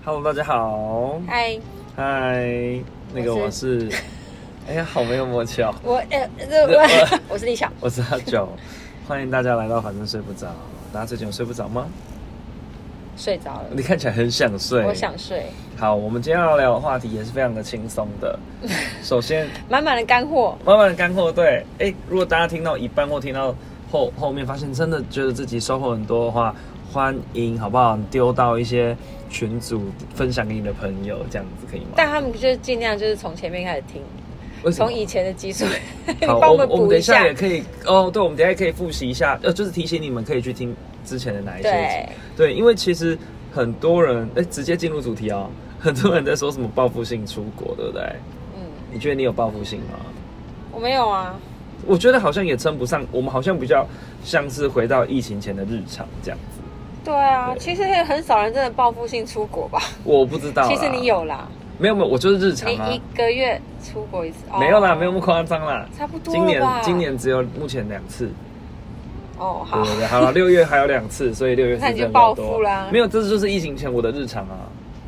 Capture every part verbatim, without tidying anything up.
Hello， 大家好。 嗨， 嗨，那个我是，哎呀，好没有默契哦。 我呃，我我是李想， 我是阿九，欢迎大家来到反正睡不着。大家最近有睡不着吗？ 睡着了。 你看起来很想睡。 我想睡。 好，我们今天要聊的话题也是非常的轻松的。首先， 满满的干货， 满满的干货。对，哎，如果大家听到一半或听到后后面，发现真的觉得自己收获很多的话，欢迎好不好？丢到一些群组分享给你的朋友，这样子可以吗？ 但他们就尽量就是从前面开始听，从以前的集数， 好， 帮我们我们等一补一下。 下也可以哦，对，我们等一下也可以复习一下，呃，就是提醒你们可以去听之前的哪一些集。对，因为其实很多人，哎，直接进入主题哦，很多人在说什么报复性出国，对不对？嗯，你觉得你有报复性吗？ 我没有啊。 我觉得好像也称不上，我们好像比较像是回到疫情前的日常这样子。 对啊，对，其实也很少人真的报复性出国吧？ 我不知道，其实你有啦。 没有没有，我就是日常啊。 你一个月出国一次？ 没有啦，没有那么夸张啦。 差不多了吧。 今年今年只有目前两次。 哦，好。 对对对，好了，六月还有两次，所以六月是真的比较多。 那你就报复啦。 没有，这就是疫情前我的日常啊。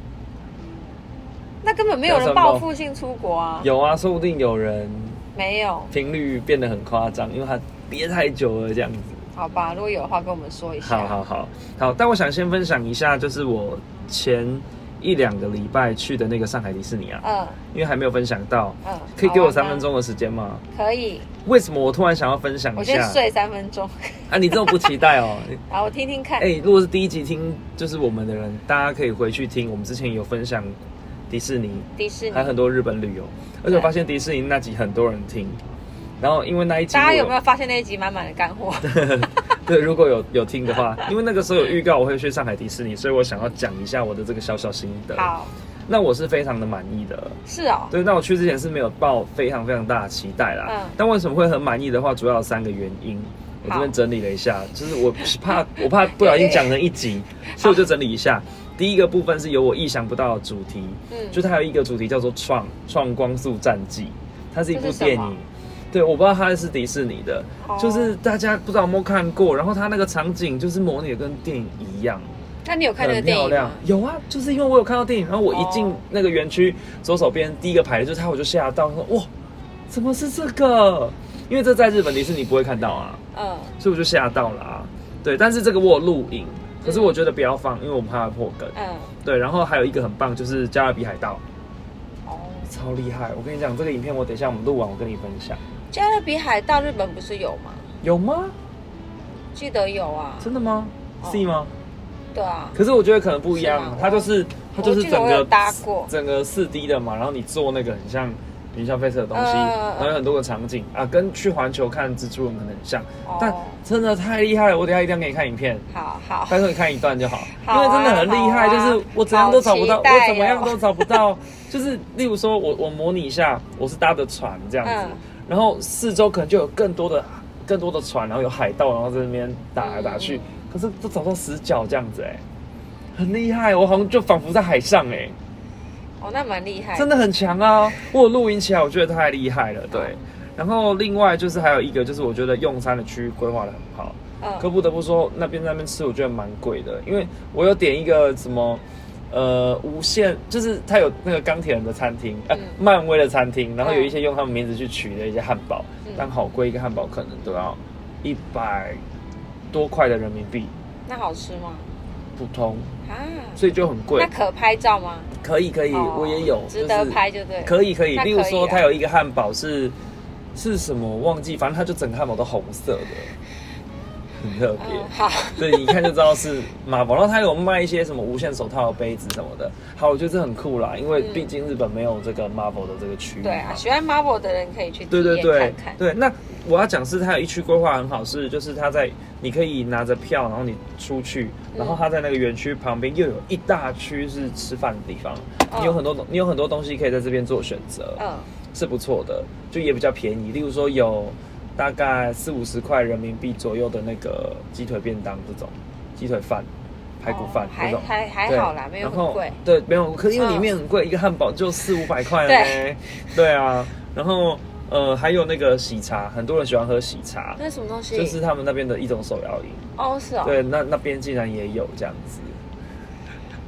那根本没有人报复性出国啊。 有啊，说不定有人。 没有。 频率变得很夸张，因为它憋太久了，这样子。 好吧，如果有的话跟我们说一下。 好好好好，但我想先分享一下，就是我前一两个礼拜去的那个上海迪士尼啊，嗯，因为还没有分享到，嗯，可以给我三分钟的时间吗？ 可以。为什么我突然想要分享一下？ 我先睡三分钟。 啊，你这么不期待哦？ 好，我听听看。 哎、欸，如果是第一集听就是我们的人，大家可以回去听，我们之前有分享迪士尼， 迪士尼还有很多日本旅游，而且我发现迪士尼那集很多人听。然后因为那一集， 大家有没有发现那一集满满的干货？ 对，如果有有听的话，因为那个时候有预告我会去上海迪士尼，所以我想要讲一下我的这个小小心得。 好， 那我是非常的满意的。 是哦。对， 那我去之前是没有抱非常非常大的期待啦。嗯。但为什么会很满意的话，主要有三个原因。我这边整理了一下，就是我怕我怕不小心讲成一集，所以我就整理一下。第一个部分是有我意想不到的主题，嗯，就是它有一个主题叫做《创创光速战记》，它是一部电影。对，我不知道它是迪士尼的， oh. 就是大家不知道有没有看过，然后它那个场景就是模拟的跟电影一样。 那你有看那个电影吗？ 有啊，就是因为我有看到电影，然后我一进那个园区， oh. 左手边第一个排的就是它，我就吓到，说哇，怎么是这个？因为这在日本迪士尼不会看到啊，嗯， uh. 所以我就吓到了啊。对，但是这个我有录影，可是我觉得不要放，因为我怕它破梗。嗯， uh. 对，然后还有一个很棒，就是加勒比海盗，哦， oh. 超厉害！我跟你讲，这个影片我等一下我们录完，我跟你分享。 加勒比海盗日本不是有吗？ 有吗？ 记得有啊。 真的吗？是、哦、吗？ 对啊。 可是我觉得可能不一样，它就是它就是整个搭过整个四 D 的嘛，然后你做那个很像云霄飞车的东西，呃、然后有很多个场景啊，跟去环球看蜘蛛人可能很像，哦、但真的太厉害了！我等一下一定要给你看影片。 好好， 拜托你看一段就好， 好因为真的很厉害，啊、就是我怎样都找不到， 哦、 我怎么样都找不到。就是例如说我我模拟一下，我是搭的船这样子。嗯，然后四周可能就有更多的、更多的船，然后有海盗，然后在那边打来打去。嗯、可是都找到死角这样子哎、欸，很厉害！我好像就仿佛在海上哎、欸。 哦，那蛮厉害， 真的很强啊！我有录音起来，我觉得太厉害了。对，哦、然后另外就是还有一个，就是我觉得用餐的区域规划的很好。嗯、可不得不说，那边在那边吃，我觉得蛮贵的，因为我有点一个什么。呃，无限就是它有那个钢铁人的餐厅，呃，嗯、漫威的餐厅，然后有一些用他们名字去取的一些汉堡，嗯、但好贵，一个汉堡可能都要一百多块的人民币。 那好吃吗？ 普通啊，所以就很贵。 那可拍照吗？ 可以可以，哦、我也有， 值得拍就对。 可以可以，例如说它有一个汉堡是是什么忘记，反正它就整个汉堡都红色的。很特别、嗯，好，对，一看就知道是 Marvel， 然后他有卖一些什么无限手套、杯子什么的。好，我觉得这很酷啦，因为毕竟日本没有这个 Marvel 的这个区域。 对啊，喜欢 Marvel 的人可以去体验对对对看看。 对，那我要讲是它有一区规划很好，是就是它在你可以拿着票，然后你出去，然后它在那个园区旁边又有一大区是吃饭的地方，嗯、你有很多你有很多东西可以在这边做选择，嗯，是不错的，就也比较便宜。例如说有。大概四五十块人民币左右的那个鸡腿便当，这种鸡腿饭、排骨饭这种， 还还还好啦，没有很贵。 对，没有，可因为里面很贵，嗯、一个汉堡就四五百块呢。对啊，然后呃还有那个喜茶，很多人喜欢喝喜茶。 那是什么东西？ 就是他们那边的一种手摇饮。 哦，是哦。 对，那那边竟然也有这样子。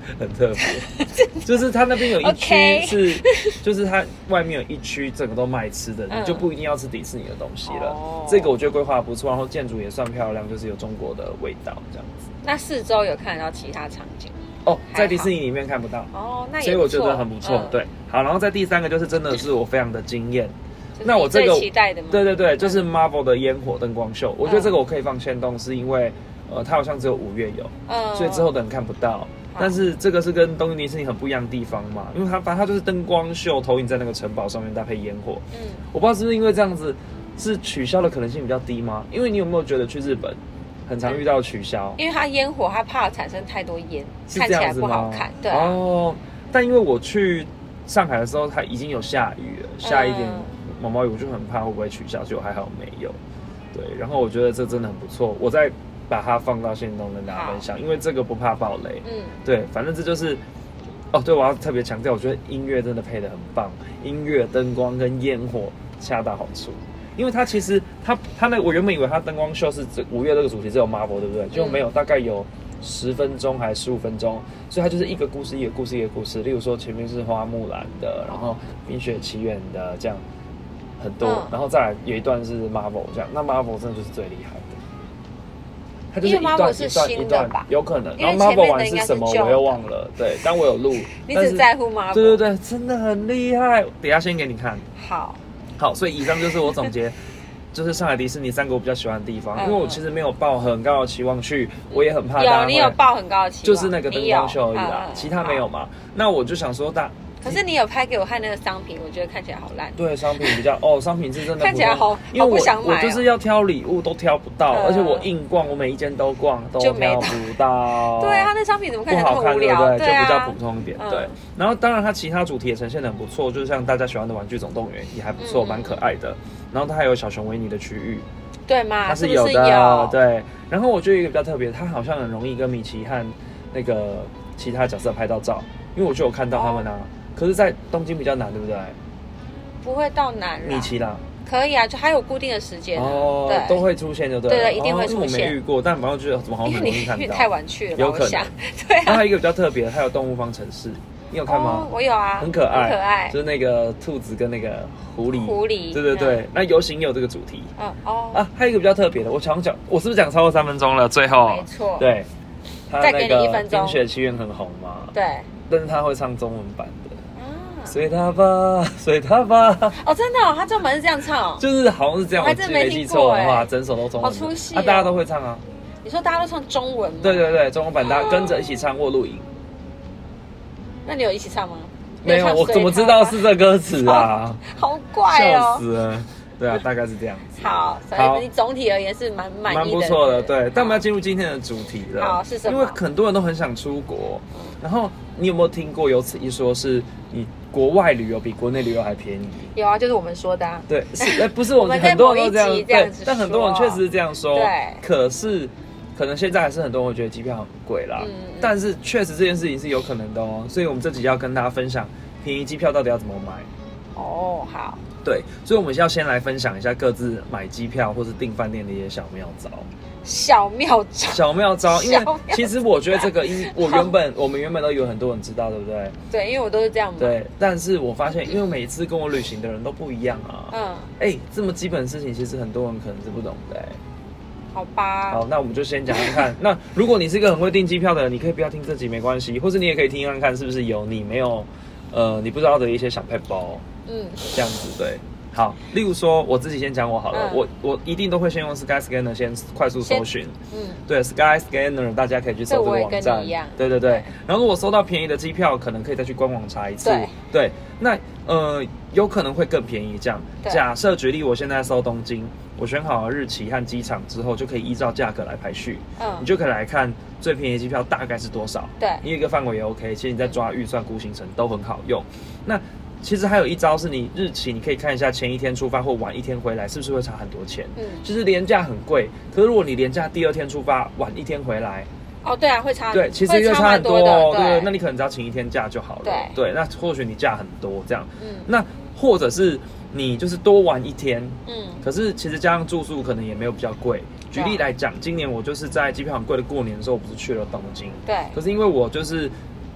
很特别，就是它那边有一区是， okay. 就是它外面有一区整个都卖吃的，嗯、你就不一定要吃迪士尼的东西了。哦、这个我觉得规划不错，然后建筑也算漂亮，就是有中国的味道这样子。 那四周有看到其他场景？ 哦，在迪士尼里面看不到哦，那也所以我觉得很不错。嗯、对，好，然后在第三个就是真的是我非常的惊艳。那我这个最期待的吗？ 对对对，就是 Marvel 的烟火灯光秀，嗯、我觉得这个我可以放限动，是因为呃它好像只有五月有，嗯、所以之后的人看不到。但是这个是跟东京迪士尼很不一样的地方嘛，因为它反正它就是灯光秀投影在那个城堡上面搭配烟火。嗯，我不知道是不是因为这样子是取消的可能性比较低吗？因为你有没有觉得去日本很常遇到取消？ 因为它烟火它怕产生太多烟，看起来不好看。对、啊、 哦，但因为我去上海的时候它已经有下雨了，下一点毛毛雨，我就很怕会不会取消，结果还好没有。对，然后我觉得这真的很不错，我在把它放到限动跟大家分享，因为这个不怕爆雷。嗯，对，反正这就是哦，对，我要特别强调，我觉得音乐真的配得很棒，音乐、灯光跟烟火恰到好处。因为它其实它它那我原本以为它灯光秀是五月这个主题只有 Marvel 对不对？就没有，大概有十分钟还是十五分钟，所以它就是一个故事一个故事一个故事。例如说前面是花木兰的，然后冰雪奇缘的这样很多，嗯、然后再来有一段是 Marvel 这样，那 Marvel 真的就是最厉害的。它就是一段一段一段，有可能。然后 Marvel 玩是什么我又忘了，对，但我有录。 你只在乎 Marvel？ 对对对，真的很厉害。等一下先给你看。 好。 好，所以以上就是我总结，就是上海迪士尼三个我比较喜欢的地方，嗯、因为我其实没有抱很高的期望去，我也很怕大家有你有抱很高的期望， 就是那个灯光秀而已啦，嗯、其他没有嘛。那我就想说大。 可是你有拍给我看那个商品，我觉得看起来好烂。 对，商品比较哦，商品是真的看起来好， 因为我不想买、哦、 我就是要挑礼物都挑不到，呃、而且我硬逛，我每一间都逛都挑不到。 对啊，它那商品怎么看起来不好看，对不对？ 对啊、 就比较普通一点。嗯、对，然后当然它其他主题也呈现得很不错，就是像大家喜欢的玩具总动员也还不错，蛮、嗯、可爱的。然后它还有小熊维尼的区域， 对吗？ 它是有的，是有对。然后我觉得一个比较特别，它好像很容易跟米奇和那个其他角色拍到照，因为我就有看到他们啊。哦可是，在东京比较难，对不对？ 不会到难啦。 米奇啦， 可以啊，就还有固定的时间哦，对，都会出现，就对了。 对对，一定会出现。 我没遇过，但反正觉得怎么好像很容易看到。 因为太晚去了， 有可能。 对啊。 然后还有一个比较特别，它有动物方程式，你有看吗？ 我有啊， 很可爱， 很可爱， 就是那个兔子跟那个狐狸。 狐狸。 对对对，那游行有这个主题。嗯哦。啊，还有一个比较特别的，我想讲，我是不是讲超过三分钟了？最后。 没错。 对。 再给你一分钟。 冰雪奇缘很红嘛？ 对。 但是他会唱中文版的。随他吧，随他吧。 哦，真的、哦，他中文是这样唱、哦， 就是好像是这样。 我还真没听过的话，整首都中文。 好出戏、 哦。啊，大家都会唱啊。 你说大家都唱中文吗？ 对对对，中文版大家跟着一起唱或录影。 那你有一起唱吗？ 没有，我怎么知道是这歌词啊？ 好怪哦， 笑死了。对啊，大概是这样子。 好，所以你总体而言是蛮满意的， 蛮不错的。对，但我们要进入今天的主题了。 好，是什么？ 因为很多人都很想出国，然后你有没有听过有此一说，是你国外旅游比国内旅游还便宜？ 有啊，就是我们说的啊。 对，是，哎，不是我们很多人都这样，对，但很多人确实是这样说。 对， 可是可能现在还是很多人会觉得机票很贵啦。嗯。但是确实这件事情是有可能的哦，所以我们这集要跟大家分享便宜机票到底要怎么买。 哦，好。 对，所以我们要先来分享一下各自买机票或是订饭店的一些小妙招。 小妙招， 小妙招，因为其实我觉得这个，因我原本我们原本都有很多人知道，对不对？ 对，因为我都是这样买。 对，但是我发现，因为每次跟我旅行的人都不一样啊。嗯。哎、欸，这么基本的事情，其实很多人可能是不懂的、欸。 好吧。 好，那我们就先讲看看。那如果你是一个很会订机票的人，你可以不要听这集没关系，或是你也可以听看看，是不是有你没有呃你不知道的一些小撇步。嗯，这样子对。好，例如说我自己先讲我好了，嗯、我我一定都会先用 Skyscanner 先快速搜寻，嗯，对 Skyscanner 大家可以去搜这个网站，对对对。对然后如果搜到便宜的机票，可能可以再去官网查一次，对，对那呃有可能会更便宜这样。假设举例，我现在搜东京，我选好了日期和机场之后，就可以依照价格来排序，嗯，你就可以来看最便宜的机票大概是多少，对，你有一个范围也 OK， 其实你在抓预算估行程都很好用。那其实还有一招是你日期，你可以看一下前一天出发或晚一天回来，是不是会差很多钱？嗯，就是廉价很贵，可是如果你廉价第二天出发，晚一天回来， 哦，对啊，会差， 对，其实又差很多哦，对, 对，那你可能只要请一天假就好了，对，对，那或许你假很多这样，嗯，那或者是你就是多玩一天，嗯，可是其实加上住宿可能也没有比较贵。举例来讲，今年我就是在机票很贵的过年的时候，我不是去了东京，对，可是因为我就是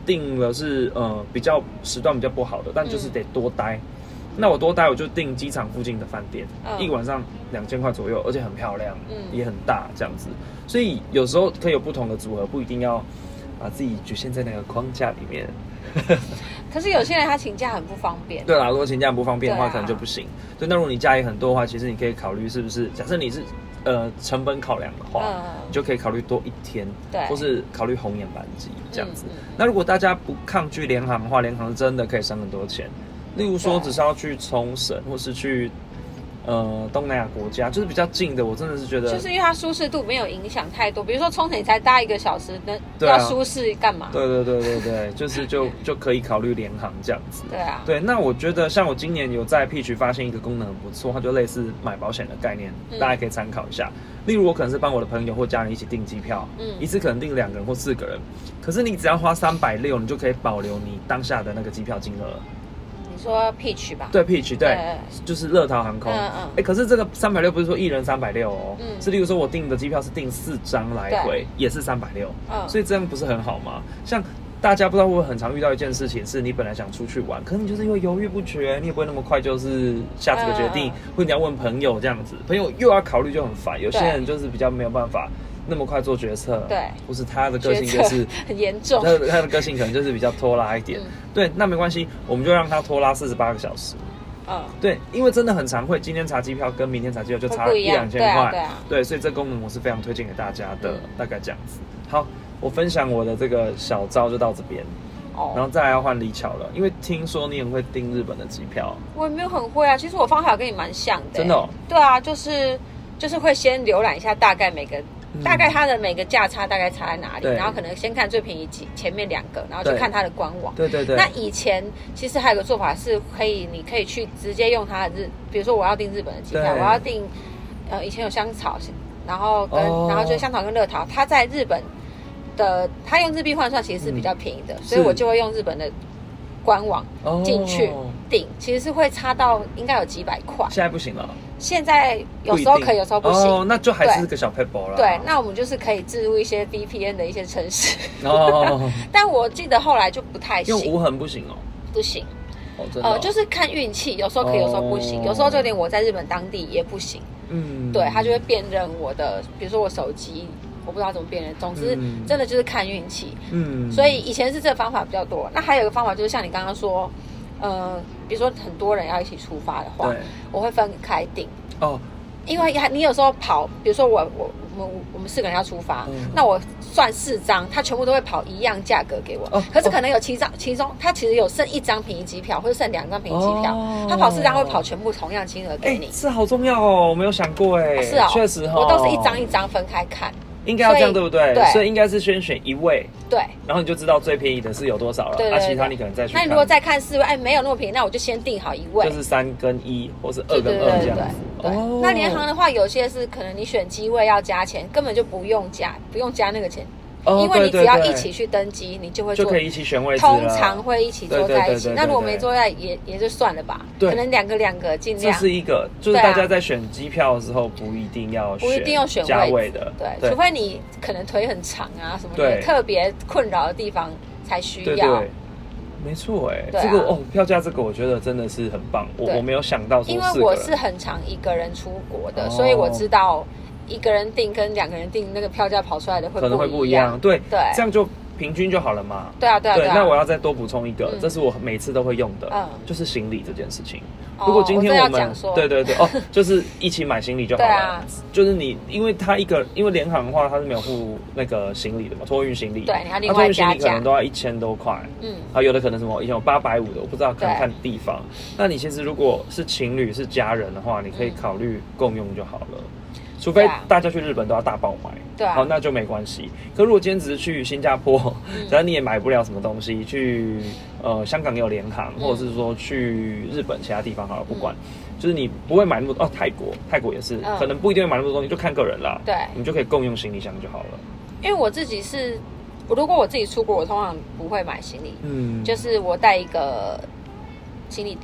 订了是呃比较时段比较不好的，但就是得多待。嗯、那我多待我就订机场附近的饭店，嗯、一个晚上两千块左右，而且很漂亮，嗯、也很大这样子。所以有时候可以有不同的组合，不一定要把自己局限在那个框架里面。 可是有些人他请假很不方便。 对啦，如果请假很不方便的话，啊、可能就不行。对，那如果你假也很多的话，其实你可以考虑是不是，假设你是呃成本考量的话，嗯、你就可以考虑多一天，对，或是考虑红眼班机这样子。嗯嗯、那如果大家不抗拒联航的话，联航真的可以省很多钱。例如说，只是要去冲绳，或是去呃东南亚国家，就是比较近的，我真的是觉得， 就是因为它舒适度没有影响太多。比如说冲绳你才搭一个小时，那要舒适干嘛？ 对对对对对，就是就就可以考虑联航这样子。 对啊， 对，那我觉得像我今年有在 Peach 发现一个功能很不错，它就类似买保险的概念，嗯、大家可以参考一下。例如我可能是帮我的朋友或家人一起订机票，嗯，一次可能订两个人或四个人，可是你只要花三百六，你就可以保留你当下的那个机票金额。 你说 Peach 吧？ 对 Peach 对，对就是乐桃航空。嗯嗯。哎，可是这个三百六不是说一人三百六哦，嗯，是例如说我订的机票是订四张来回，也是三百六，嗯，所以这样不是很好吗？像大家不知道会不会很常遇到一件事情，是你本来想出去玩，可是你就是因为犹豫不决，你也不会那么快就是下这个决定，嗯、或者你要问朋友这样子，朋友又要考虑就很烦。有些人就是比较没有办法那么快做决策，对，或是他的个性就是很严重， 他的他的个性可能就是比较拖拉一点，嗯、对，那没关系，我们就让他拖拉四十八个小时。嗯，对，因为真的很常会，今天查机票跟明天查机票就差一两千块，对啊，对，所以这功能我是非常推荐给大家的，嗯、大概这样子。好，我分享我的这个小招就到这边，哦，然后再来要换李巧了，因为听说你很会订日本的机票， 我也没有很会啊，其实我方法跟你蛮像的， 真的，哦， 对啊，就是就是会先浏览一下大概每个。嗯、大概它的每个价差大概差在哪里，然后可能先看最便宜几前面两个，然后就看它的官网。 对对对。 那以前其实还有个做法是可以，你可以去直接用它的日，比如说我要订日本的机票，我要订，呃，以前有香草，然后跟、哦、然后就是香草跟乐桃，它在日本的，它用日币换算其实是比较便宜的，嗯、所以我就会用日本的官网进去订，哦、其实是会差到应该有几百块。 现在不行了。 现在有时候可以，有时候不行。 哦，那就还是个小 paper 了。 对，那我们就是可以置入一些 V P N 的一些程式。哦。但我记得后来就不太行。 用无痕不行哦。 不行。 哦，真的，哦。 呃，就是看运气，有时候可以，有时候不行。哦、有时候就连我在日本当地也不行。嗯。对，它就会辨认我的，比如说我手机，我不知道怎么辨认。总之，嗯、真的就是看运气。嗯。所以以前是这个方法比较多。那还有一个方法就是像你刚刚说。呃，比如说很多人要一起出发的话，我会分开订哦，因为你有时候跑，比如说我我我们我们四个人要出发，嗯、那我算四张，他全部都会跑一样价格给我，哦、可是可能有七张，哦、其中他其实有剩一张便宜机票，或者剩两张便宜机票，哦、他跑四张会跑全部同样金额给你， 这好重要哦，我没有想过哎， 啊是哦， 确实哈， 我都是一张一张分开看。 应该要这样，对不对？对，所以应该是先选一位， 对， 然后你就知道最便宜的是有多少了。对，那其他你可能再去。 那你如果再看四位，哎，没有那么便宜，那我就先订好一位， 就是三跟一，或是二跟二这样子。 对，那联航的话，有些是可能你选机位要加钱，根本就不用加，不用加那个钱。哦、因为你只要一起去登机，你就会就可以一起选位置， 通常会一起坐在一起。那如果没坐在，也也就算了吧。可能两个两个尽量。 这是一个，就是大家在选机票的时候，不一定要选， 不一定要选价位的， 对，对除非你可能腿很长啊什么的，特别困扰的地方才需要。对对没错，哎、欸，啊、这个哦，票价这个我觉得真的是很棒，我我没有想到说， 因为我是很常一个人出国的，哦、所以我知道。一个人订跟两个人订那个票价跑出来的会可能会不一样，对对，这样就平均就好了嘛。 对啊对啊对啊。 那我要再多补充一个，嗯、这是我每次都会用的，嗯，就是行李这件事情。哦、如果今天我们我对对对哦，就是一起买行李就好了。对啊，就是你，因为他一个因为联航的话，他是没有付那个行李的嘛，托运行李。 对，你要另外加价。 托运行李可能都要一千多块，嗯，啊，有的可能什么以前有八百五的，我不知道看看地方。那你其实如果是情侣是家人的话，你可以考虑共用就好了。除非大家去日本都要大爆买，对、啊，好，那就没关系。可如果今天只是去新加坡，嗯、然后你也买不了什么东西，去呃香港也有联航，嗯、或者是说去日本其他地方好了，不管，嗯、就是你不会买那么多哦，泰国泰国也是，嗯、可能不一定会买那么多东西，就看个人啦。对，你就可以共用行李箱就好了。 因为我自己是，如果我自己出国，我通常不会买行李，嗯，就是我带一个行李袋。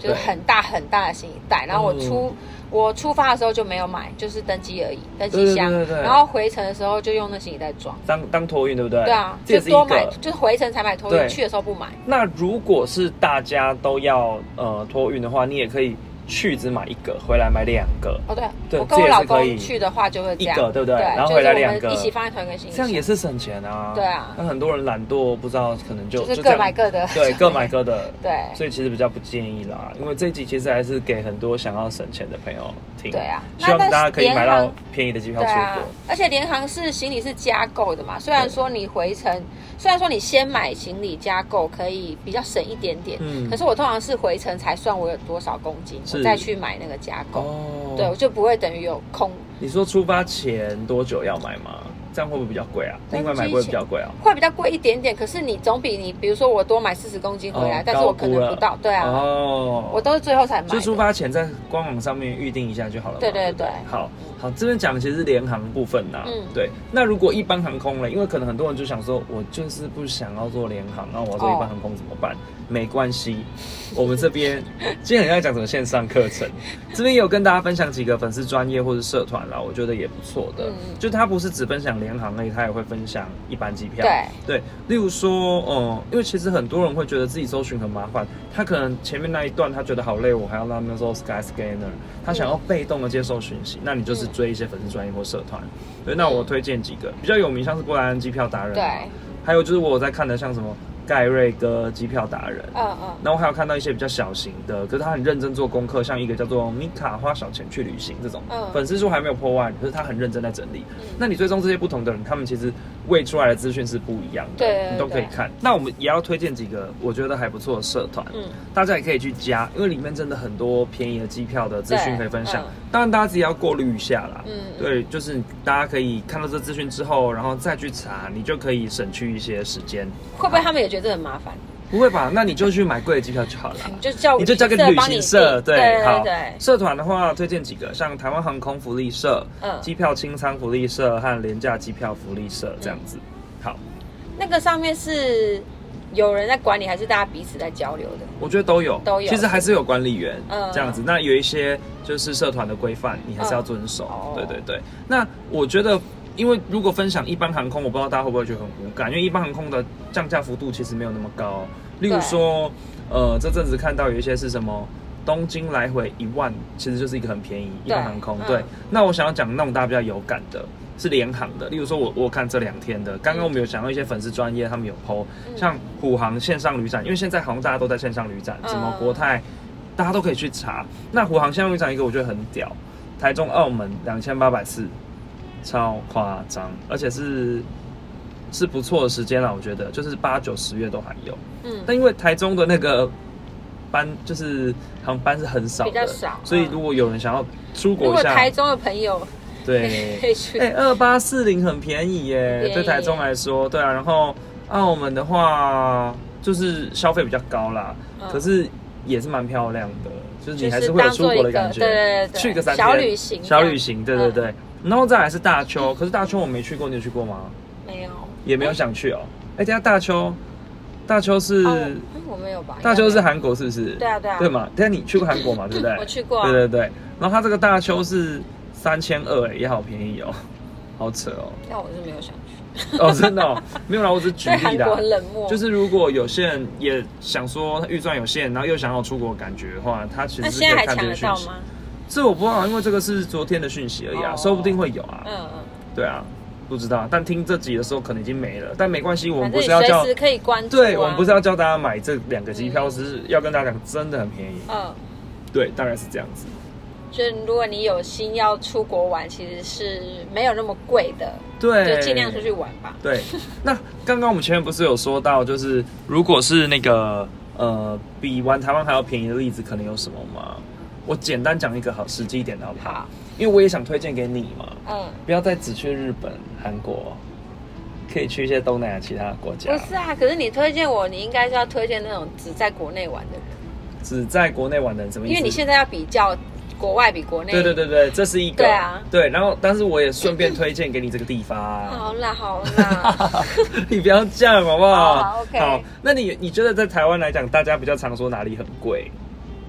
就是很大很大的行李袋。然后我出、嗯、我出发的时候就没有买，就是登机而已，登机箱。对对对对，然后回程的时候就用那行李袋装， 当当托运，对不对？ 对啊，就多买，就是回程才买托运，去的时候不买。 那如果是大家都要呃托运的话，你也可以去只买一个，回来买两个。 哦，对，对，我跟我老公去的话就会这样， 一个对不对？对，然后回来两个， 一起放在同一个行李箱， 这样也是省钱啊。 对啊， 那很多人懒惰，不知道可能就就是各买各的， 对，各买各的。 对， 所以其实比较不建议啦，因为这一集其实还是给很多想要省钱的朋友听。 对啊， 希望大家可以买到便宜的机票出国。 啊、而且联航是行李是加购的嘛，虽然说你回程，虽然说你先买行李加购可以比较省一点点，嗯，可是我通常是回程才算我有多少公斤，我再去买那个加购。哦，对，我就不会等于有空。 你说出发前多久要买吗？这样会不会比较贵啊？另外买会比较贵啊？ 会比较贵一点点，可是你总比你比如说我多买四十公斤回来，哦、但是我可能不到，对啊，哦，我都是最后才买。 就出发前在官网上面预定一下就好了嘛。 对对对， 好。好，这边讲的其实是联航部分呐、啊，嗯，对。那如果一般航空呢？因为可能很多人就想说，我就是不想要做联航，那我要做一般航空怎么办？哦、没关系，我们这边今天很要讲什么线上课程，这边也有跟大家分享几个粉丝专业或者社团啦，我觉得也不错的。嗯、就他不是只分享联航而已，他也会分享一般机票。 对对，例如说，嗯，因为其实很多人会觉得自己搜寻很麻烦，他可能前面那一段他觉得好累，我还要让那时候 Skyscanner， 他想要被动的接受讯息，那你就是。追一些粉丝专业或社团，对，那我推荐几个比较有名，像是布莱恩机票达人，对，还有就是我有在看的，像什么盖瑞哥机票达人，嗯嗯，然后还有看到一些比较小型的，可是他很认真做功课，像一个叫做米卡花小钱去旅行这种，嗯，粉丝数还没有破万，可是他很认真在整理。嗯、那你追踪这些不同的人，他们其实喂出来的资讯是不一样的，对，你都可以看。那我们也要推荐几个我觉得还不错的社团，嗯，大家也可以去加，因为里面真的很多便宜的机票的资讯可以分享。嗯、当然大家自己要过滤一下啦，嗯，对，就是大家可以看到这资讯之后，然后再去查，你就可以省去一些时间。 会不会他们也觉得很麻烦？ 不会吧？那你就去买贵的机票就好了。 你就叫你就交给旅行社，对， 对对好。 对社团的话，推荐几个，像台湾航空福利社、嗯，机票清仓福利社和廉价机票福利社这样子。嗯、好， 那个上面是有人在管理，还是大家彼此在交流的？ 我觉得都有， 都有。 其实还是有管理员、嗯、这样子。那有一些就是社团的规范，你还是要遵守。嗯、对对对。那我觉得。因为如果分享一般航空，我不知道大家会不会觉得很无感，因为一般航空的降价幅度其实没有那么高。例如说，呃，这阵子看到有一些是什么东京来回一万，其实就是一个很便宜一般航空。对，嗯、那我想要讲那种大家比较有感的，是联航的。例如说我我看这两天的，刚刚我们有讲到一些粉丝专业，他们有 po，、嗯、像虎航线上旅展，因为现在好像大家都在线上旅展，什么国泰，大家都可以去查。那虎航线上旅展一个我觉得很屌，台中澳门两千八百次。超夸张，而且是是不错的时间啦，我觉得就是八九十月都还有。嗯，但因为台中的那个班就是航班是很少的， 比较少， 所以如果有人想要出国一下， 如果台中的朋友对，哎，二八四零很便宜耶，对台中来说，对啊。然后澳门的话，就是消费比较高啦，嗯、可是也是蛮漂亮的，就是你还是会有出国的感觉， 对对对， 去个三天小旅行， 小旅行，对对对。嗯然后再来是大邱， 嗯、 可是大邱我没去过，你有去过吗？ 没有， 也没有想去哦。哎，等下大邱，大邱是、哦嗯、我没有吧？ 大邱是韩国是不是？ 对啊对啊， 对嘛？等下你去过韩国嘛？对不对？ 我去过、啊。 对对对，然后它这个大邱是三千二，哎，也好便宜哦，好扯哦。 但我是没有想去。 哦，真的哦，没有啦，我只是举例的。 韩国很冷漠。 就是如果有些人也想说预算有限，然后又想要出国感觉的话，他其实是可以看这个讯息。这我不知道，因为这个是昨天的讯息而已啊， oh. 说不定会有啊。嗯嗯，对啊，不知道。但听这集的时候可能已经没了，但没关系，我们不是要叫， 随时可以关注、啊。 对，我们不是要教大家买这两个机票，只、嗯、是要跟大家讲，真的很便宜。嗯，对，大概是这样子。 就如果你有心要出国玩，其实是没有那么贵的。 对， 就尽量出去玩吧。 对，那刚刚我们前面不是有说到，就是如果是那个呃比玩台湾还要便宜的例子，可能有什么吗？我简单讲一个好实际一点的好不好？好，因为我也想推荐给你嘛。嗯，不要再只去日本、韩国，可以去一些东南亚其他国家。 不是啊，可是你推荐我，你应该是要推荐那种只在国内玩的人。 只在国内玩的人什么意思？ 因为你现在要比较国外比国内。 对对对对，这是一个。 对啊。 对，然后但是我也顺便推荐给你这个地方。 好啦好啦， 你不要这样好不好？ 好 OK。 好，那你你觉得在台湾来讲，大家比较常说哪里很贵？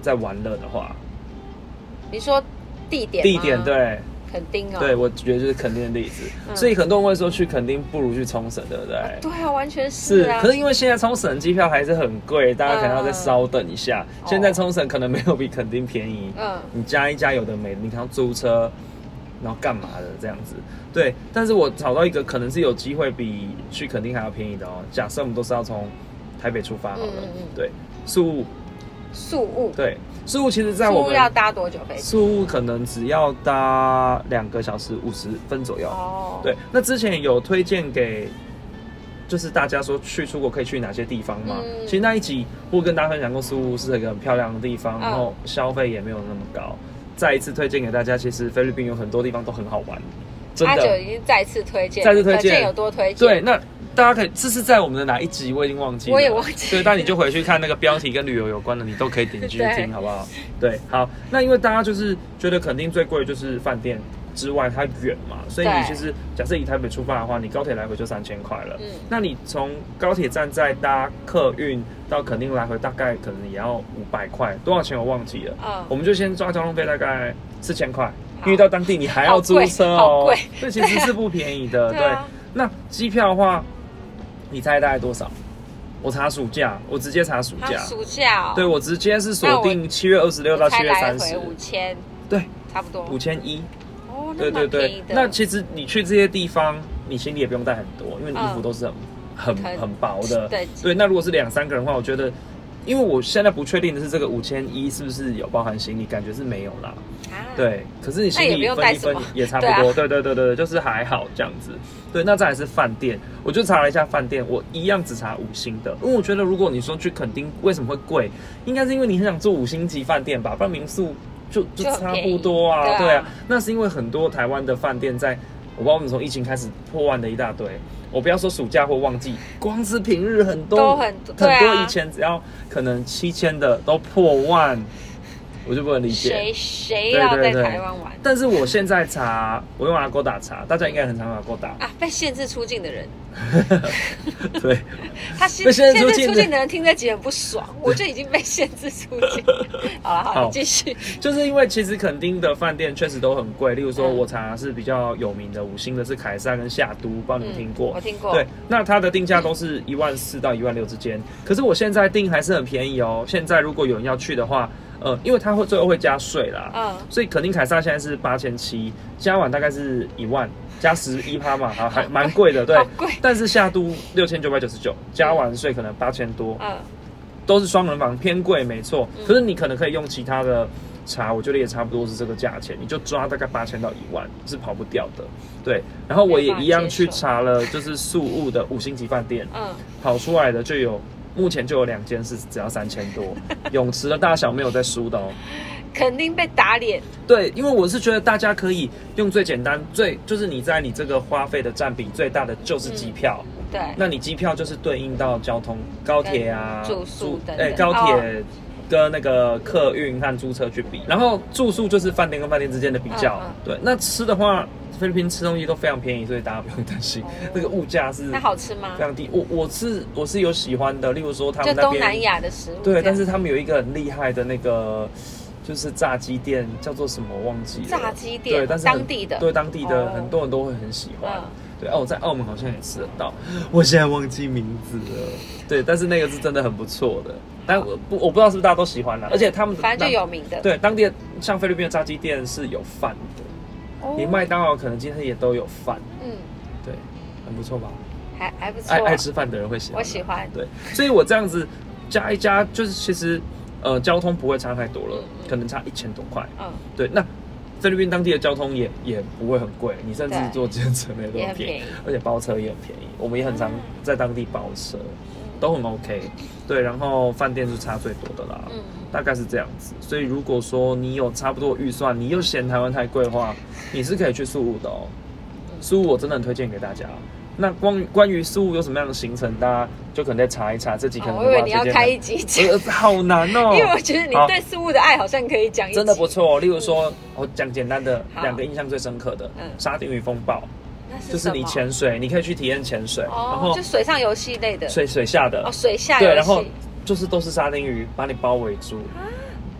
在玩乐的话， 你说地点？ 地点对。 垦丁哦， 对，我觉得就是垦丁的例子，嗯、所以很多人会说去垦丁不如去冲绳，对不对？ 啊对啊，完全是、啊。 是，可是因为现在冲绳机票还是很贵，大家可能要再稍等一下。嗯、现在冲绳可能没有比垦丁便宜，嗯，你加一加有的没的，你可能要租车，然后干嘛的这样子。对，但是我找到一个可能是有机会比去垦丁还要便宜的哦。假设我们都是要从台北出发好了，嗯嗯嗯对，宿务， 宿务， 对。宿务其实在我们宿务要搭多久飞机？ 宿务可能只要搭两个小时五十分左右。哦，对，那之前有推荐给，就是大家说去出国可以去哪些地方嘛？嗯、其实那一集我跟大家分享过，宿务是一个很漂亮的地方，嗯、然后消费也没有那么高。再一次推荐给大家，其实菲律宾有很多地方都很好玩，真的。 阿九已经再次推荐， 再次推荐有多推荐？ 对，那。大家可以，这是在我们的哪一集？我已经忘记了， 我也忘记了。 对，但你就回去看那个标题跟旅游有关的，你都可以点进去听，好不好？对，好。那因为大家就是觉得垦丁最贵就是饭店之外，它远嘛，所以你其实假设以台北出发的话，你高铁来回就三千块了。嗯。那你从高铁站再搭客运到垦丁来回，大概可能也要五百块，多少钱我忘记了。嗯。我们就先抓交通费，大概四千块，因为到当地你还要租车哦，这其实是不便宜的。对。那机票的话。你猜大概多少？我查暑假，我直接查暑假。 暑假、哦， 对我直接是锁定七月二十六到七月三十， 五千， 对， 差不多五千一。 哦， 对对对。那其实你去这些地方，你行李也不用带很多，因为你衣服都是很、嗯、很很薄的。 对对。那如果是两三个人的话，我觉得，因为我现在不确定的是这个五千一是不是有包含行李，感觉是没有啦。啊、对，可是你行李分一分也差不多，对、啊、对对对，就是还好这样子。对，那再来是饭店，我就查了一下饭店，我一样只查五星的，因为我觉得如果你说去垦丁为什么会贵，应该是因为你很想住五星级饭店吧，不然民宿就就差不多啊，对 啊, 对啊，那是因为很多台湾的饭店在，我不知道我们从疫情开始破万的一大堆，我不要说暑假或旺季，光是平日很多都很多、啊、很多以前只要可能七千的都破万。我就不能理解谁谁要在台湾玩， 但是我现在查，我用 Agoda 查，大家应该很常用 Agoda 啊。被限制出境的人， 对， 他限限制出境的人听这集很不爽，我就已经被限制出境。好了好了，继续。 就是因为其实垦丁的饭店确实都很贵，例如说我查是比较有名的五星的是凯撒跟夏都，不知道你们听过？ 嗯、我听过。 对，那它的定价都是一万四到一万六之间，可是我现在订还是很便宜哦。现在如果有人要去的话。呃，因为它会最后会加税啦，嗯，所以垦丁凯撒现在是八千七，加完大概是一万，加十一趴嘛，好还蛮贵的，对，但是夏都六千九百九十九，加完税可能八千多，嗯，都是双人房，偏贵没错，可是你可能可以用其他的查，我觉得也差不多是这个价钱，你就抓大概八千到一万是跑不掉的，对，然后我也一样去查了，就是宿务的五星级饭店，嗯，跑出来的就有。目前就有两间是只要三千多，泳池的大小没有在输的哦， 肯定被打脸。 对，因为我是觉得大家可以用最简单、最就是你在你这个花费的占比最大的就是机票。 嗯、对， 那你机票就是对应到交通、高铁啊、 住宿等等。 哎，高铁跟那个客运和租车去比，然后住宿就是饭店跟饭店之间的比较。嗯嗯、对，那吃的话。菲律宾吃东西都非常便宜，所以大家不用担心、哦、那个物价是。 那好吃吗？ 非常低。我我是我是有喜欢的，例如说他们那边就东南亚的食物。 对，但是他们有一个很厉害的那个，就是炸鸡店，叫做什么忘记了。 炸鸡店。 对，但是当地的。 对，当地的、哦、很多人都会很喜欢。嗯、对哦，我在澳门好像也吃得到，我现在忘记名字了。对，但是那个是真的很不错的。但我不我不知道是不是大家都喜欢啦，而且他们反正就有名的。 对，当地的像菲律宾的炸鸡店是有饭的。连麦当劳可能今天也都有饭，嗯，对，很不错吧？ 还还不错， 爱爱吃饭的人会喜欢， 我喜欢。 对，所以我这样子加一加，就是其实呃交通不会差太多了，嗯、可能差一千多块。嗯，对，那菲律宾当地的交通也也不会很贵，你甚至坐计程车那都很便宜，而且包车也很便宜。我们也很常在当地包车，都很 OK。对，然后饭店是差最多的啦。嗯。大概是这样子，所以如果说你有差不多预算，你又嫌台湾太贵的话，你是可以去宿务的哦。宿务我真的很推荐给大家。那关于关于宿务有什么样的行程，大家就可能再查一查。这集可能、 哦、我以为你要开一集讲、 呃，好难哦。 因为我觉得你对宿务的爱好像可以讲一集， 真的不错。例如说，我讲简单的两个印象最深刻的，嗯，沙丁鱼风暴。 是就是你潜水，你可以去体验潜水， 哦、 然后就水上游戏类的， 水水下的哦，水下游戏， 对，然后就是都是沙丁鱼把你包围住，啊、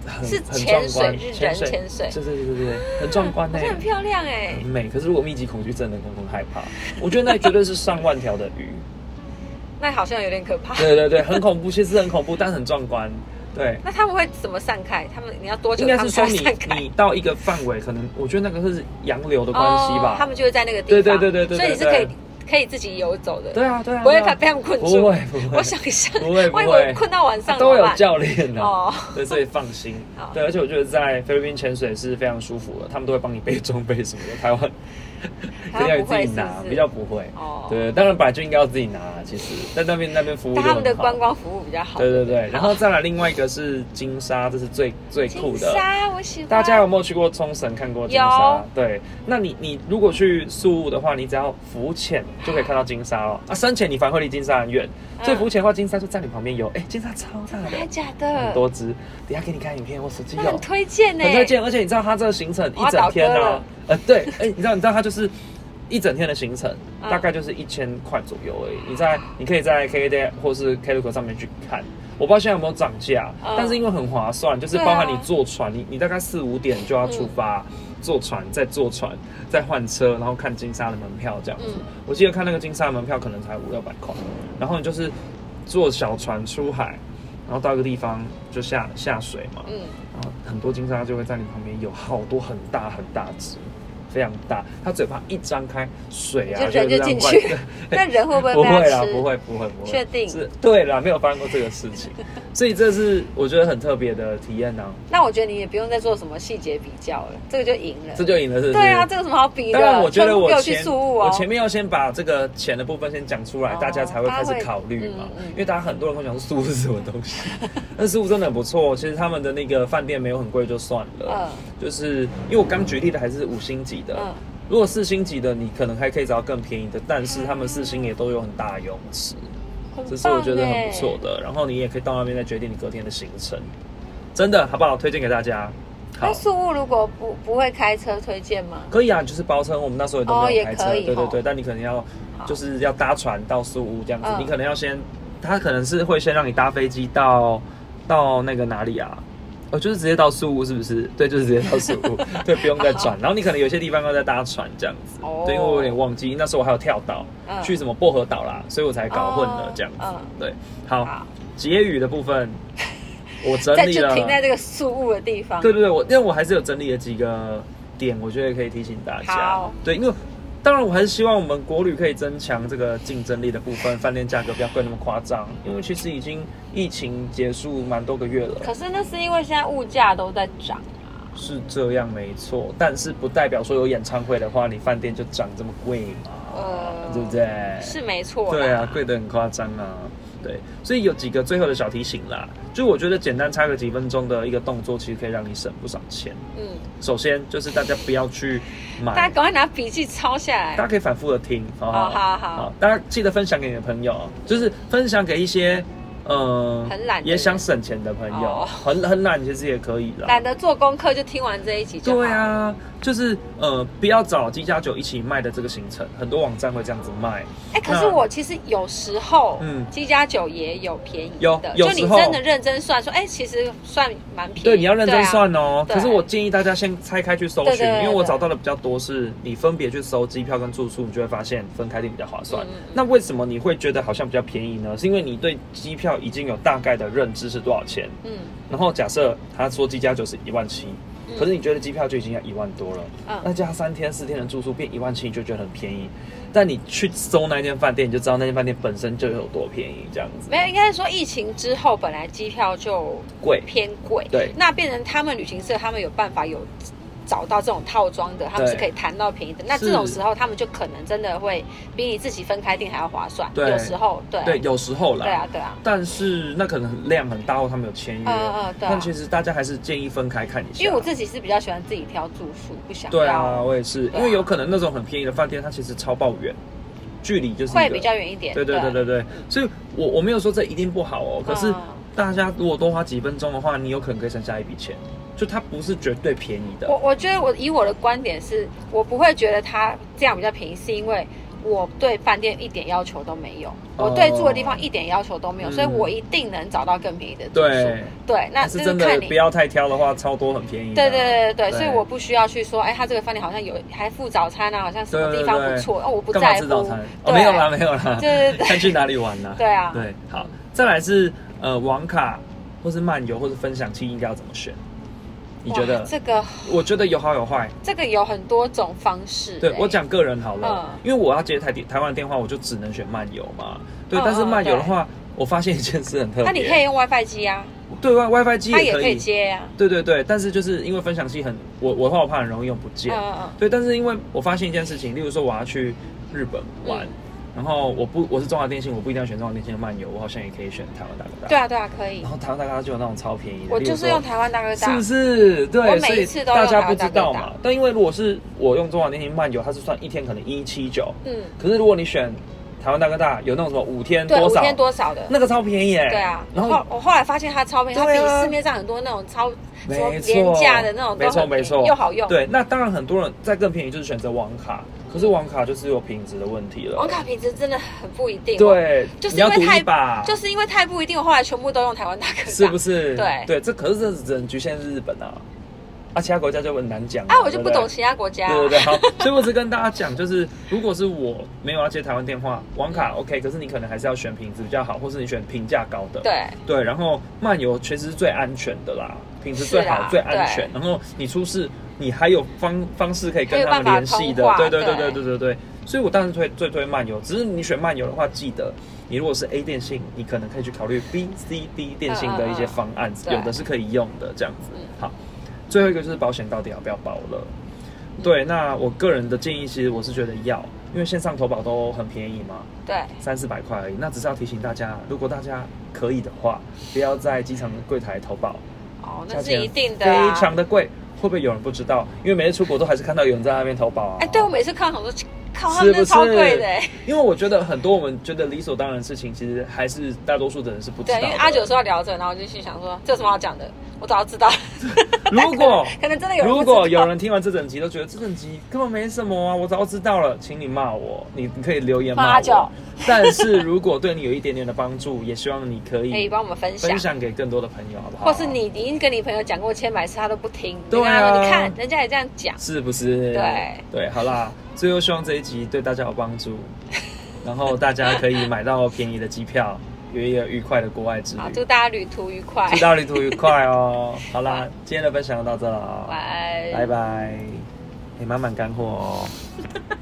是潜水，是人潜水， 对对对对对，很壮观哎， 很漂亮哎， 很美。可是如果密集恐惧症的，我很害怕。我觉得那绝对是上万条的鱼， 那好像有点可怕。 对对对，很恐怖，其实很恐怖，但很壮观。对， 那他们会怎么散开？他们你要多久？ 应该是说你你到一个范围，可能我觉得那个是洋流的关系吧， 他们就会在那个地方。对对对对对， 所以你是可以。可以自己游走的， 对啊对啊， 不会被他们困住， 不会不会。 我想一下， 不会不会， 我以为困到晚上都有教练的哦， 对，所以放心。对，而且我觉得在菲律宾潜水是非常舒服的，他们都会帮你背装备什么的。台湾肯定要你自己拿，比较不会。哦，对，当然本来就应该要自己拿，其实，但那边那边服务， 他们的观光服务比较好。 对对对，然后再来另外一个是金沙，这是最最酷的。 金沙我喜欢。 大家有没有去过冲绳看过金沙？对，那你你如果去宿务的话，你只要浮潜就可以看到金沙哦。啊，深潜你反而会离金沙很远，所以浮潜的话，金沙就在你旁边游。哎，金沙超大的， 真的假的？ 很多只，等下给你看影片，我手机有。 很推荐呢， 很推荐，而且你知道它这个行程一整天呢？呃，对，哎，你知道你知道它就是。一整天的行程大概就是一千块左右而已。你在你可以在 K K Day 或是 Klook 上面去看，我不知道现在有没有涨价，嗯、但是因为很划算，就是包含你坐船，你你大概四五点就要出发，嗯、坐船，再坐船，再换车，然后看金沙的门票这样子。嗯、我记得看那个金沙的门票可能才五六百块，然后你就是坐小船出海，然后到一个地方就下下水嘛，嗯、然后很多金沙就会在你旁边有好多很大很大只。非常大，它嘴巴一张开，水啊就人就进去。那人会不会不会啦，不会不会不会。 确定？ 是，对啦，没有发生过这个事情，所以这是我觉得很特别的体验呢、啊。 那我觉得你也不用再做什么细节比较了，这个就赢了。 这就赢了，是不是？ 对啊，这有什么好比的？ 当然，我觉得我前去哦、 我前面要先把这个钱的部分先讲出来，哦、大家才会开始考虑嘛。嗯嗯、因为大家很多人会讲说宿务是什么东西，但宿务真的很不错。其实他们的那个饭店没有很贵就算了，嗯、就是因为我刚举例的还是五星级的。嗯，如果四星级的，你可能还可以找到更便宜的，但是他们四星也都有很大的泳池，这是我觉得很不错的。然后你也可以到那边再决定你隔天的行程，真的好不好？推荐给大家。 那宿务如果不不会开车，推荐吗？ 可以啊，就是包车，我们那时候也都没有开车， 哦、 对对对。但你可能要就是要搭船到宿务这样子，嗯、你可能要先，他可能是会先让你搭飞机到到那个哪里啊？哦，就是直接到宿务是不是？对，就是直接到宿务，对，不用再转。然后你可能有些地方要再搭船这样子，哦、对，因为我有点忘记，那时候我还有跳岛，嗯、去什么薄荷岛啦，所以我才搞混了这样子。哦嗯、对，好，好结语的部分我整理了， 就停在这个宿务的地方。 对对对，我因为我还是有整理了几个点，我觉得可以提醒大家。 好， 对，因为。当然，我还是希望我们国旅可以增强这个竞争力的部分，饭店价格不要贵那么夸张。因为其实已经疫情结束蛮多个月了。 可是那是因为现在物价都在涨啊。 是这样没错，但是不代表说有演唱会的话，你饭店就涨这么贵嘛？呃，对不对？ 是没错。 对啊，贵得很夸张啊。对，所以有几个最后的小提醒啦，就我觉得简单插个几分钟的一个动作，其实可以让你省不少钱。嗯，首先就是大家不要去买， 大家赶快拿笔记抄下来， 大家可以反复的听，好好？ 好好好， 好，大家记得分享给你的朋友，就是分享给一些。嗯， 很懒也想省钱的朋友，哦、很很懒其实也可以啦。 懒得做功课就听完这一集就好。 对啊，就是呃，不要找机加酒一起卖的这个行程，很多网站会这样子卖。 哎、欸，可是我其实有时候，嗯，机加酒也有便宜的， 有有就你真的认真算说，哎、欸，其实算蛮便宜的。 对，你要认真算哦。啊、可是我建议大家先拆开去搜寻，对对对对，因为我找到的比较多是，你分别去搜机票跟住宿，你就会发现分开订比较划算。嗯嗯，那为什么你会觉得好像比较便宜呢？是因为你对机票已经有大概的认知是多少钱，嗯，然后假设他说机加酒是一万七，嗯，可是你觉得机票就已经要一万多了，嗯，那加三天四天的住宿变一万七，你就觉得很便宜。但你去搜那间饭店，你就知道那间饭店本身就有多便宜，这样子。 没有，应该是说疫情之后，本来机票就贵，偏贵， 对， 那变成他们旅行社，他们有办法有。找到这种套装的，他们是可以谈到便宜的。那这种时候，他们就可能真的会比你自己分开订还要划算。 对， 有时候，对， 对，有时候啦。 对啊，对啊。 但是那可能量很大，或他们有签约。 嗯嗯，对。 但其实大家还是建议分开看一下。 因为我自己是比较喜欢自己挑住宿，不想要。 对啊，我也是，因为有可能那种很便宜的饭店，它其实超爆远，距离就是会比较远一点。 对对对对对，所以我我没有说这一定不好哦，可是大家如果多花几分钟的话，你有可能可以省下一笔钱。就它不是绝对便宜的。 我我觉得我以我的观点是，我不会觉得它这样比较便宜，是因为我对饭店一点要求都没有，我对住的地方一点要求都没有，哦、所以我一定能找到更便宜的住宿。对，对，那是真的不要太挑的话，超多很便宜、啊。 对对对对，所以我不需要去说，哎，他这个饭店好像有还附早餐啊，好像什么地方不错，哦，我不在乎。干嘛吃早餐？ 哦，没有啦，没有啦，对对对，看去哪里玩啦。 对啊， 对，好，再来是呃网卡或是漫游或是分享器应该要怎么选？你觉得这个？ 我觉得有好有坏。 这个有很多种方式、欸。 对我讲个人好了、嗯，因为我要接台台湾的电话，我就只能选漫游嘛。对，嗯、但是漫游的话，我发现一件事很特别。 那你可以用 WiFi 机啊。 对外 WiFi 机也可以， 它也可以接呀、啊。 对对对，但是就是因为分享器很，我我的话我怕很容易用不见。嗯嗯。对，但是因为我发现一件事情，例如说我要去日本玩。嗯，然后我不我是中华电信，我不一定要选中华电信的漫游，我好像也可以选台湾大哥大。 对啊对啊，可以。 然后台湾大哥大就有那种超便宜的， 我就是用台湾大哥大， 是不是？对， 我每一次都用大家不知道嘛。但因为如果是我用中华电信漫游，它是算一天可能一七九，嗯。可是如果你选台湾大哥大，有那种什么五天多少， 五天多少的， 那个超便宜哎。 对啊。然后我后来发现它超便宜，它比市面上很多那种超廉价的那种没错没错又好用。 对，那当然很多人再更便宜就是选择网卡。可是网卡就是有品质的问题了， 网卡品质真的很不一定。 对， 就是因为太就是因为太不一定，我后来全部都用台湾大哥大， 是不是？ 对对，这可是这只能局限日本啊，啊，其他国家就很难讲啊，我就不懂其他国家、啊。 对对对，好，所以我只跟大家讲，就是如果是我没有要接台湾电话，网卡 OK， 可是你可能还是要选品质比较好，或是你选评价高的。 对对，然后漫游确实是最安全的啦，品质最好、最安全，然后你出事。你还有方方式可以跟他们联系的，对对对对对对对，所以我当然推最推漫游。只是你选漫游的话，记得你如果是 A 电信，你可能可以去考虑 B、C、D 电信的一些方案，嗯嗯有的是可以用的这样子。好，最后一个就是保险到底要不要保了？嗯、对，那我个人的建议，其实我是觉得要，因为线上投保都很便宜嘛， 对， 三四百块而已。那只是要提醒大家，如果大家可以的话，不要在机场柜台投保， 哦，那是一定的、啊， 非常的贵。会不会有人不知道？因为每次出国都还是看到有人在那边投保啊。 哎，对我每次看到很多，靠，他们那超贵的。 因为我觉得很多我们觉得理所当然的事情，其实还是大多数的人是不知道的。 对，因为阿九说要聊这，然后我就心想说，这有什么好讲的？我早就知道。 如果可能真的有人， 如果有人听完这整集都觉得这整集根本没什么啊，我早就知道了，请你骂我，你你可以留言骂我。但是如果对你有一点点的帮助，也希望你可以可以帮我们分享， 分享给更多的朋友，好不好？ 或是你已经跟你朋友讲过千百次，他都不听， 对啊， 你看人家也这样讲， 是不是？ 对对，好啦，最后希望这一集对大家有帮助，然后大家可以买到便宜的机票。有一个愉快的国外之旅， 好，祝大家旅途愉快， 祝大家旅途愉快哦。好啦，今天的分享就到这了， 拜拜拜，哎，满满干货哦。